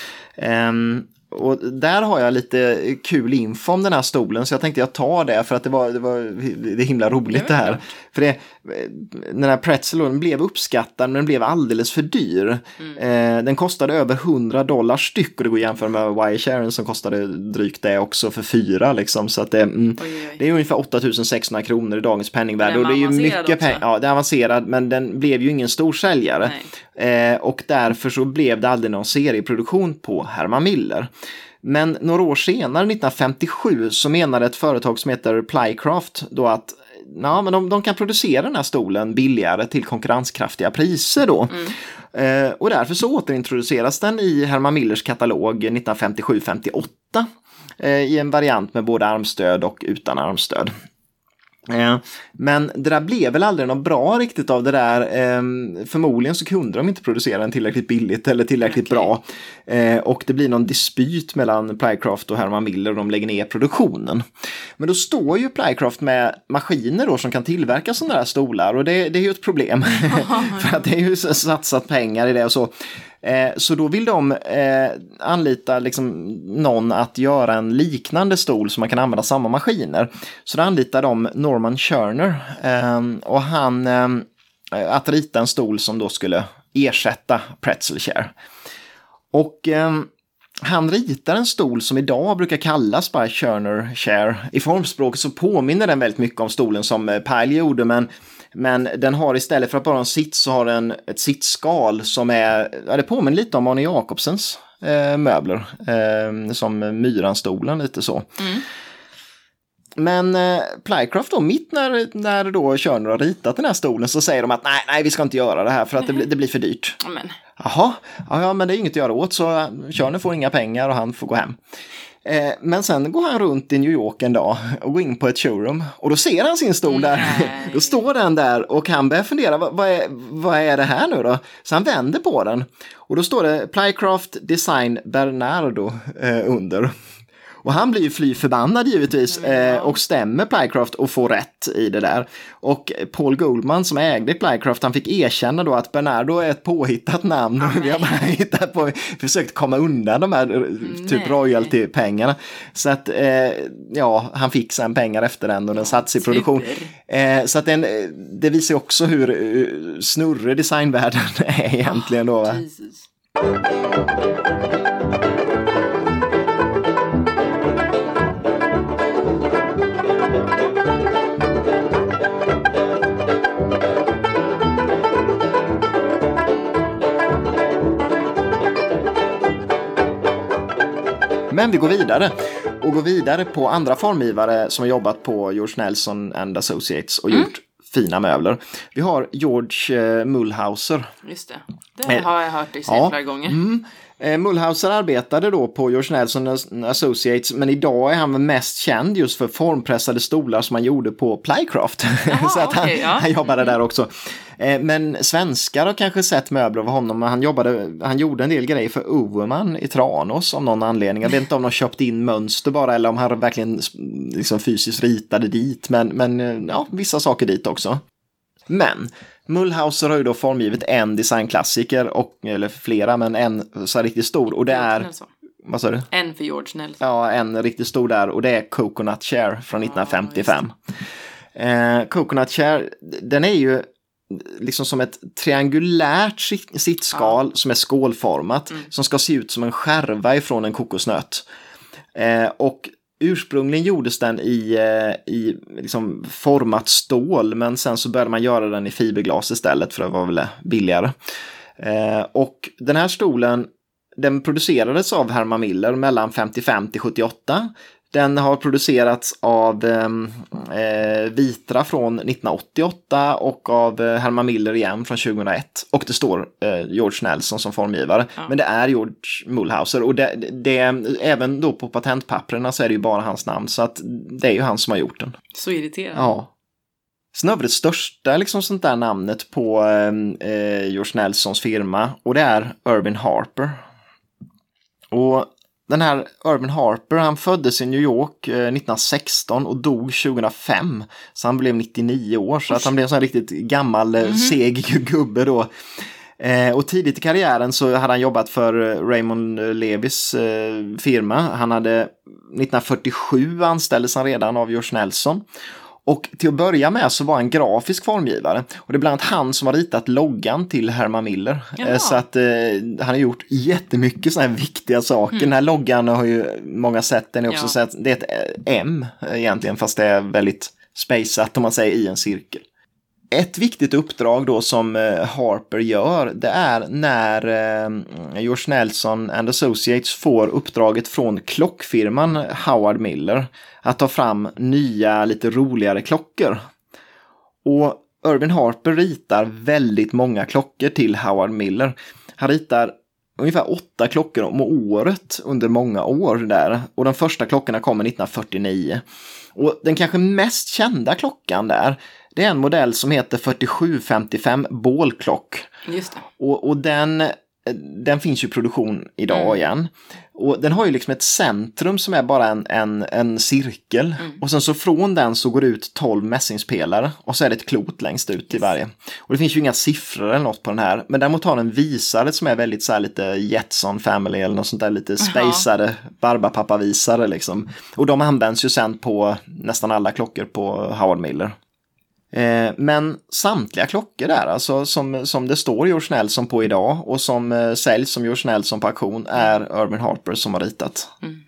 Um, och där har jag lite kul info om den här stolen, så jag tänkte jag tar det för att det var, det var det är himla roligt det här. För det, den här pretzeln blev uppskattad men den blev alldeles för dyr. Mm. Eh, den kostade över hundra dollar styck, och det går jämfört med Wire Sharon som kostade drygt det också för fyra liksom. Så att det, mm, oj, oj. det är ungefär åtta tusen sexhundra kronor i dagens penningvärde. Och det är ju mycket pengar. Ja, det är avancerad, men den blev ju ingen storsäljare. Eh, och därför så blev det aldrig någon serieproduktion på Herman Miller. Men några år senare, nittonhundrafemtiosju, så menade ett företag som heter Plycraft då att ja, men de, de kan producera den här stolen billigare till konkurrenskraftiga priser då. Mm. Eh, och därför så återintroduceras den i Herman Millers katalog nittonhundrafemtiosju femtioåtta eh, i en variant med både armstöd och utan armstöd. Eh, men det där blev väl aldrig något bra riktigt av det där. Eh, förmodligen så kunde de inte producera den tillräckligt billigt eller tillräckligt okay. bra. Eh, och det blir någon dispyt mellan Plycraft och Herman Miller, och de lägger ner produktionen. Men då står ju Plycraft med maskiner då som kan tillverka sådana där stolar, och det, det är ju ett problem. För att det är ju satsat pengar i det och så. Eh, så då vill de eh, anlita liksom någon att göra en liknande stol som man kan använda samma maskiner. Så då anlitar de Norman Cherner eh, och han eh, att rita en stol som då skulle ersätta pretzel chair. Och eh, han ritar en stol som idag brukar kallas bara Cherner chair. I formspråket så påminner den väldigt mycket om stolen som Pyle gjorde, men Men den har istället för att bara ha en sits så har den ett sittskal som är, ja, det påminner lite om Arne Jacobsens eh, möbler. Eh, som Myranstolen lite så. Mm. Men eh, Plycraft då, mitt när, när då Cherner har ritat den här stolen, så säger de att nej, nej vi ska inte göra det här för att det, bli, det blir för dyrt. Amen. Jaha, ja, men det är inget att göra åt, så Cherner får inga pengar och han får gå hem. Men sen går han runt i New York en dag och går in på ett showroom, och då ser han sin stol där. Nej. Då står den där och han börjar fundera, vad, vad, är, vad är det här nu då? Så han vänder på den och då står det Plycraft Design Bernardo eh, under. Och han blir ju fly förbannad givetvis eh, och stämmer Plycraft och får rätt i det där. Och Paul Goldman som ägde Plycraft, han fick erkänna då att Bernardo är ett påhittat namn. Ah, vi har bara hittat på, försökt komma undan de här typ royalty-pengarna. Så att eh, ja, han fick sen pengar efter den och den satt i produktion. Eh, så att den, det visar också hur uh, snurrig designvärlden är egentligen då. Va? Jesus. Men vi går vidare och går vidare på andra formgivare som har jobbat på George Nelson and Associates och mm. gjort fina möbler. Vi har George eh, Muhlhauser. Just det, det eh, har jag hört dig säga ja, flera gånger. Mm. Eh, Muhlhauser arbetade då på George Nelson Associates, men idag är han mest känd just för formpressade stolar som han gjorde på Plycraft. Jaha, så att han, okay, ja. han jobbade mm. där också. Eh, men svenskar har kanske sett möbler av honom, men han, jobbade, han gjorde en del grejer för Overman i Tranås om någon anledning. Jag vet inte om de köpte in mönster bara eller om han verkligen liksom fysiskt ritade dit, men, men ja, vissa saker dit också. Men Muhlhauser har ju då formgivit en designklassiker, och, eller flera, men en så riktigt stor. Och det är... Nelson. Vad sa du? En för George Nelson. Ja, en riktigt stor där. Och det är Coconut Chair från nittonhundrafemtiofem. Eh, Coconut Chair, den är ju liksom som ett triangulärt sittskal ja. som är skålformat. Mm. Som ska se ut som en skärva ifrån en kokosnöt. Eh, och ursprungligen gjordes den i, i liksom format stål, men sen så började man göra den i fiberglas istället för att det var väl billigare. Eh, och den här stolen, den producerades av Herman Miller mellan femtiofem till sjuttioåtta. Den har producerats av eh, Vitra från nittonhundraåttioåtta och av eh, Herman Miller igen från tjugohundraett. Och det står eh, George Nelson som formgivare. Ja. Men det är George Muhlhauser. Och det, det, även då på patentpapperna så är det ju bara hans namn. Så att det är ju han som har gjort den. Så irriterande. Ja. Sen har vi det största liksom, sånt där namnet på eh, George Nelsons firma. Och det är Irvin Harper. Och den här Irvin Harper, han föddes i New York eh, nittonhundrasexton och dog tjugohundrafem. Så han blev nittionio år, så att han blev en sån riktigt gammal mm-hmm. seg gubbe då. Eh, och tidigt i karriären så hade han jobbat för Raymond Levis eh, firma. Han hade nittonhundrafyrtiosju anställdes han redan av George Nelson. Och till att börja med så var han grafisk formgivare. Och det är bland annat han som har ritat loggan till Herman Miller. Jaha. Så att eh, han har gjort jättemycket sådana här viktiga saker. Mm. Den här loggan har ju många sett. Den är också ja. sett, det är ett M egentligen, fast det är väldigt spaceat om man säger i en cirkel. Ett viktigt uppdrag då som Harper gör, det är när George Nelson and Associates får uppdraget från klockfirman Howard Miller att ta fram nya, lite roligare klockor. Och Irvin Harper ritar väldigt många klockor till Howard Miller. Han ritar ungefär åtta klockor om året under många år där. Och de första klockorna kommer nittonhundrafyrtionio. Och den kanske mest kända klockan där, det är en modell som heter fyrtiosju femtiofem bålklock. Just det. Och, och den, den finns ju i produktion idag mm. igen. Och den har ju liksom ett centrum som är bara en, en, en cirkel. Mm. Och sen så från den så går det ut tolv mässingspelare. Och så är det ett klot längst ut i varje. Och det finns ju inga siffror eller något på den här. Men däremot har den visare som är väldigt så här lite Jetson Family eller något sånt där. Lite spacade Barbapapa-visare liksom. Och de används ju sen på nästan alla klockor på Howard Miller. Eh, men samtliga klockor där, alltså som, som det står George Nelson på idag och som eh, säljs som George Nelson på auktion, är Irvin Harper som har ritat. Mm.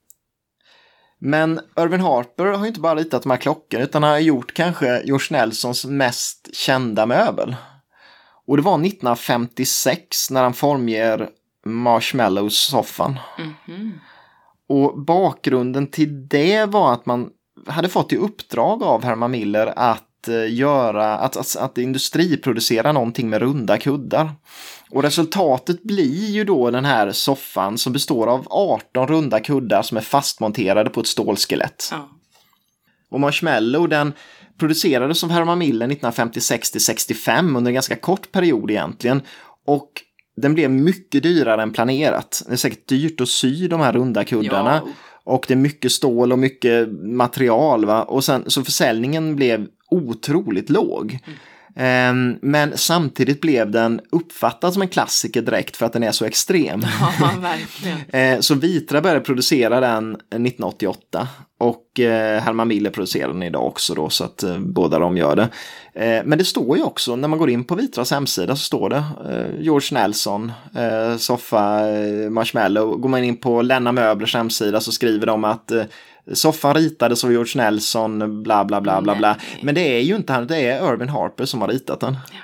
Men Irvin Harper har ju inte bara ritat de här klockorna, utan han har gjort kanske George Nelsons mest kända möbel. Och det var nittonhundrafemtiosex när han formger Marshmallows-soffan. Mm-hmm. Och bakgrunden till det var att man hade fått i uppdrag av Herman Miller att göra, att, att, att industriproducera någonting med runda kuddar. Och resultatet blir ju då den här soffan som består av arton runda kuddar som är fastmonterade på ett stålskelett. Ja. Och Marshmallow, den producerades av Herman Miller nittonhundrafemtiosex till sextiofem under en ganska kort period egentligen. Och den blev mycket dyrare än planerat. Det är säkert dyrt att sy de här runda kuddarna. Ja. Och det är mycket stål och mycket material. Va? Och sen, så försäljningen blev otroligt låg. Mm. Men samtidigt blev den uppfattad som en klassiker direkt för att den är så extrem. Ja, verkligen. Så Vitra började producera den nittonhundraåttioåtta och Herman Miller producerar den idag också då, så att båda de gör det. Men det står ju också, när man går in på Vitras hemsida så står det George Nelson, soffa, marshmallow. Går man in på Länna Möblers hemsida så skriver de att soffan ritades av George Nelson, bla bla bla bla bla. Men det är ju inte han, det är Irving Harper som har ritat den. Ja.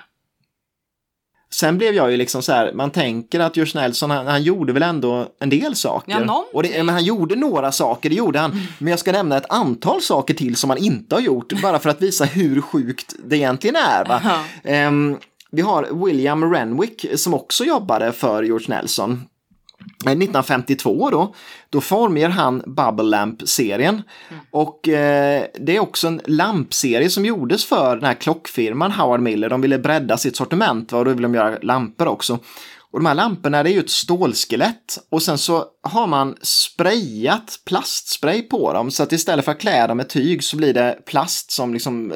Sen blev jag ju liksom så här, man tänker att George Nelson, han, han gjorde väl ändå en del saker. Ja, och det, men han gjorde några saker, det gjorde han. Mm. Men jag ska nämna ett antal saker till som han inte har gjort, bara för att visa hur sjukt det egentligen är. Va? Uh-huh. Um, vi har William Renwick som också jobbade för George Nelson. nittonhundrafemtiotvå då, då formger han Bubble Lamp-serien. Mm. Och eh, det är också en lampserie som gjordes för den här klockfirman Howard Miller. De ville bredda sitt sortiment, va? Och då ville de göra lampor också. Och de här lamporna, det är ju ett stålskelett. Och sen så har man sprayat plastspray på dem. Så att istället för att klä dem med tyg så blir det plast som liksom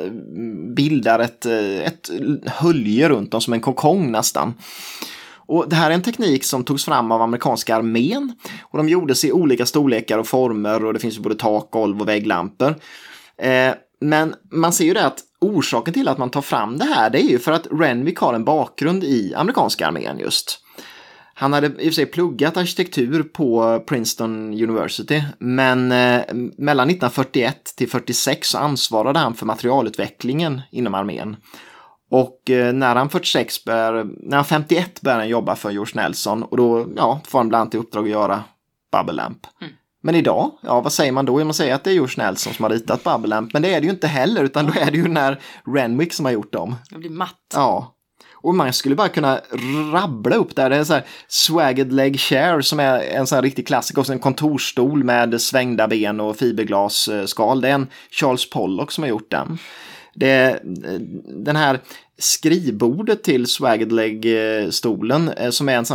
bildar ett, ett hölje runt dem som en kokong nästan. Och det här är en teknik som togs fram av amerikanska armén. Och de gjordes i olika storlekar och former. Och det finns ju både tak, golv och vägglampor. Eh, men man ser ju det att orsaken till att man tar fram det här, det är ju för att Renwick har en bakgrund i amerikanska armén just. Han hade i och för sig pluggat arkitektur på Princeton University. Men eh, mellan nittonhundrafyrtioett till fyrtiosex så ansvarade han för materialutvecklingen inom armén. Och eh, när han fyrtiosex bör, när han femtioett började han jobba för George Nelson. Och då ja, får han bland annat i uppdrag att göra Bubble Lamp. Mm. Men idag, ja vad säger man då? Man säger att det är George Nelson som har ritat Bubble Lamp. Men det är det ju inte heller, utan då är det ju den här Renwick som har gjort dem. Det blir matt. Ja. Och man skulle bara kunna rabbla upp där. Det är en sån här Swagged Leg Chair som är en sån här riktig klassiker. Och en kontorstol med svängda ben och fiberglasskal. Det är en Charles Pollock som har gjort den. Det, den här skrivbordet till Swagged Leg-stolen som är en sån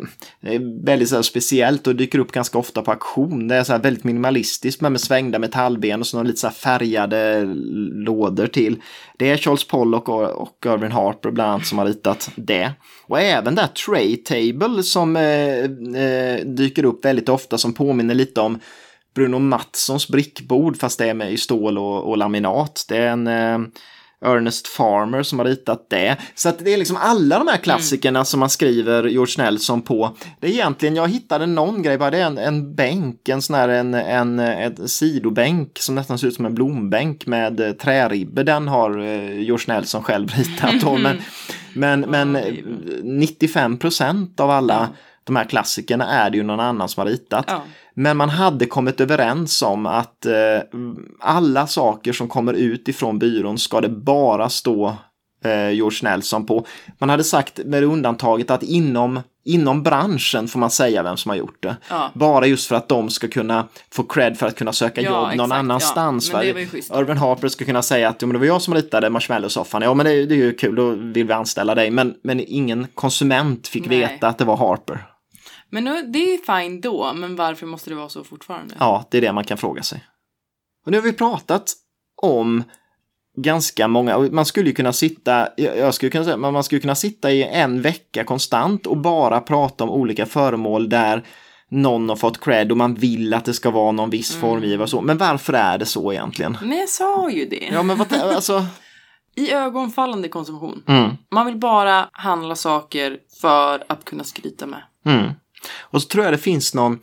här, väldigt så här speciellt och dyker upp ganska ofta på auktion. Det är så här väldigt minimalistiskt med, med svängda metallben och så lite så här färgade lådor till. Det är Charles Pollock och, och Irving Harper bland annat som har ritat det. Och även där Tray Table som eh, eh, dyker upp väldigt ofta som påminner lite om Bruno Mattssons brickbord, fast det är med i stål och, och laminat. Det är en eh, Ernest Farmer som har ritat det. Så att det är liksom alla de här klassikerna mm. som man skriver George Nelson på. Det är egentligen, jag hittade någon grej, bara det är en, en bänk, en sån här en, en, en sidobänk som nästan ser ut som en blombänk med eh, träribber. Den har eh, George Nelson själv ritat. Mm. Men, men, men nittiofem procent av alla mm. de här klassikerna är det ju någon annan som har ritat. Ja. Men man hade kommit överens om att eh, alla saker som kommer ut ifrån byrån ska det bara stå eh, George Nelson på. Man hade sagt med undantaget att inom, inom branschen får man säga vem som har gjort det. Ja. Bara just för att de ska kunna få cred för att kunna söka ja, jobb någon exakt, annanstans. Ja. Men det var ju schysst. Irving Harper ska kunna säga att ja, men det var jag som ritade Marshmallow-soffan. Ja, men det, det är ju kul, då vill vi anställa dig. Men, men ingen konsument fick Nej. veta att det var Harper. Men nu, det är fine då, men varför måste det vara så fortfarande? Ja, det är det man kan fråga sig. Och nu har vi pratat om ganska många, man skulle ju kunna sitta, jag skulle kunna säga, man skulle kunna sitta i en vecka konstant och bara prata om olika föremål där någon har fått cred och man vill att det ska vara någon viss mm. formgivare och så. Men varför är det så egentligen? Men jag sa ju det. Ja, men vad, alltså... I ögonfallande konsumtion. Mm. Man vill bara handla saker för att kunna skryta med. Mm. Och så tror jag det finns någon,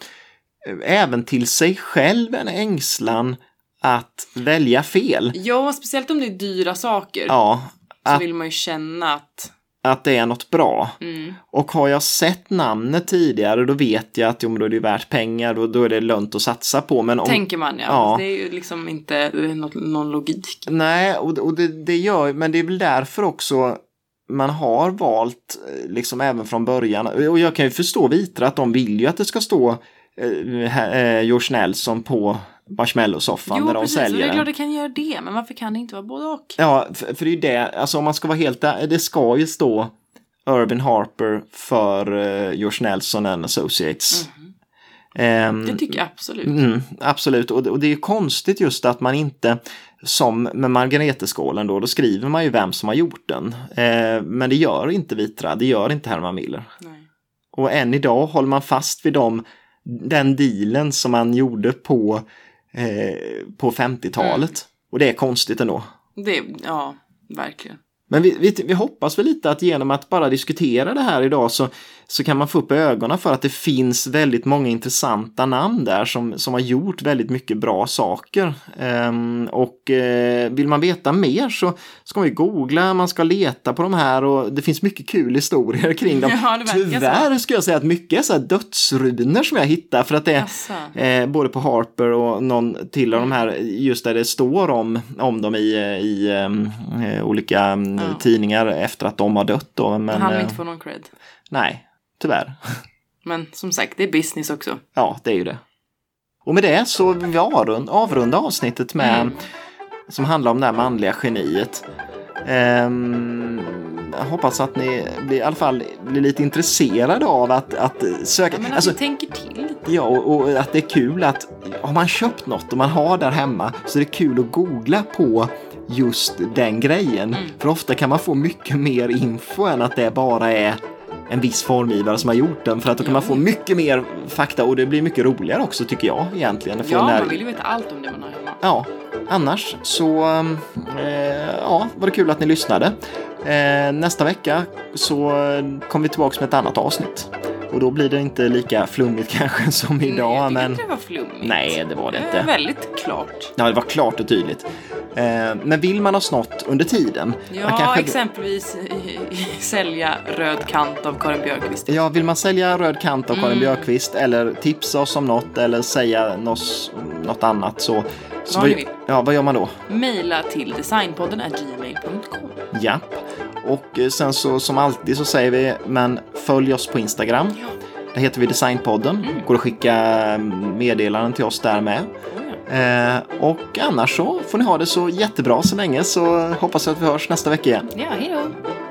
även till sig själv, en ängslan att välja fel. Ja, speciellt om det är dyra saker. Ja. Så att, vill man ju känna att... Att det är något bra. Mm. Och har jag sett namnet tidigare, då vet jag att jo, men då är det värt pengar. Då, då är det lönt att satsa på. Men om, tänker man, ja. ja. Det är ju liksom inte något, någon logik. Nej, och, och det, det gör, men det är väl därför också... Man har valt liksom även från början, och jag kan ju förstå Vitra att de vill ju att det ska stå eh, George Nelson på Marshmallow-soffan jo, när de precis, säljer den. Jo, det är klart det kan göra det, men varför kan det inte vara både och? Ja, för, för det är ju det, alltså om man ska vara helt, det ska ju stå Irving Harper för uh, George Nelson and Associates. Um, det tycker jag absolut. Mm, absolut, och, och det är ju konstigt just att man inte, som med Margareteskålen då, då skriver man ju vem som har gjort den. Uh, men det gör inte Vitra, det gör inte Herman Miller. Nej. Och än idag håller man fast vid dem, den dealen som man gjorde på, eh, på femtiotalet. Mm. Och det är konstigt ändå. Det, ja, verkligen. Men vi, vi, vi hoppas väl lite att genom att bara diskutera det här idag så, så kan man få upp ögonen för att det finns väldigt många intressanta namn där som, som har gjort väldigt mycket bra saker. Um, och uh, vill man veta mer så ska man ju googla, man ska leta på de här och det finns mycket kul historier kring dem. Ja, tyvärr skulle jag säga att mycket är så här dödsruiner som jag hittar för att det är uh, både på Harper och någon till av de här just där det står om, om dem i, i um, uh, olika um, ja. tidningar efter att de har dött. Då, men han vill inte få någon cred. Nej, tyvärr. Men som sagt, det är business också. Ja, det är ju det. Och med det så vill vi avrunda, avrunda avsnittet med mm. som handlar om det här manliga geniet. Um, jag hoppas att ni blir, i alla fall blir lite intresserade av att, att söka. Ja, men att alltså, ni tänker till. Ja, och, och att det är kul att har man köpt något och man har där hemma så är det kul att googla på just den grejen. Mm. För ofta kan man få mycket mer info än att det bara är en viss formgivare som har gjort den. För att då kan ja. man få mycket mer fakta och det blir mycket roligare också tycker jag egentligen. Ja, här... man vill ju veta allt om det man har hemma. Ja, annars så eh, ja, var det kul att ni lyssnade. Eh, nästa vecka så kommer vi tillbaka med ett annat avsnitt. Och då blir det inte lika flummigt kanske som idag. Nej, jag men... inte det var flummigt. Nej, det var det inte. Det var väldigt klart. Ja, det var klart och tydligt. Eh, men vill man ha snott under tiden? Ja, kanske... exempelvis sälja röd kant av Karin Björkqvist. Ja, vill man sälja röd kant av Karin mm. Björkqvist eller tipsa oss om något eller säga något, något annat så... så vad, ja, vad gör man då? Maila till designpodden at gmail punkt com. Ja, och sen så som alltid så säger vi, men följ oss på Instagram. Ja. Där heter vi Designpodden. Mm. Går att skicka meddelanden till oss där med. Eh, och annars så får ni ha det så jättebra så länge så hoppas jag att vi hörs nästa vecka igen. Ja, hej då!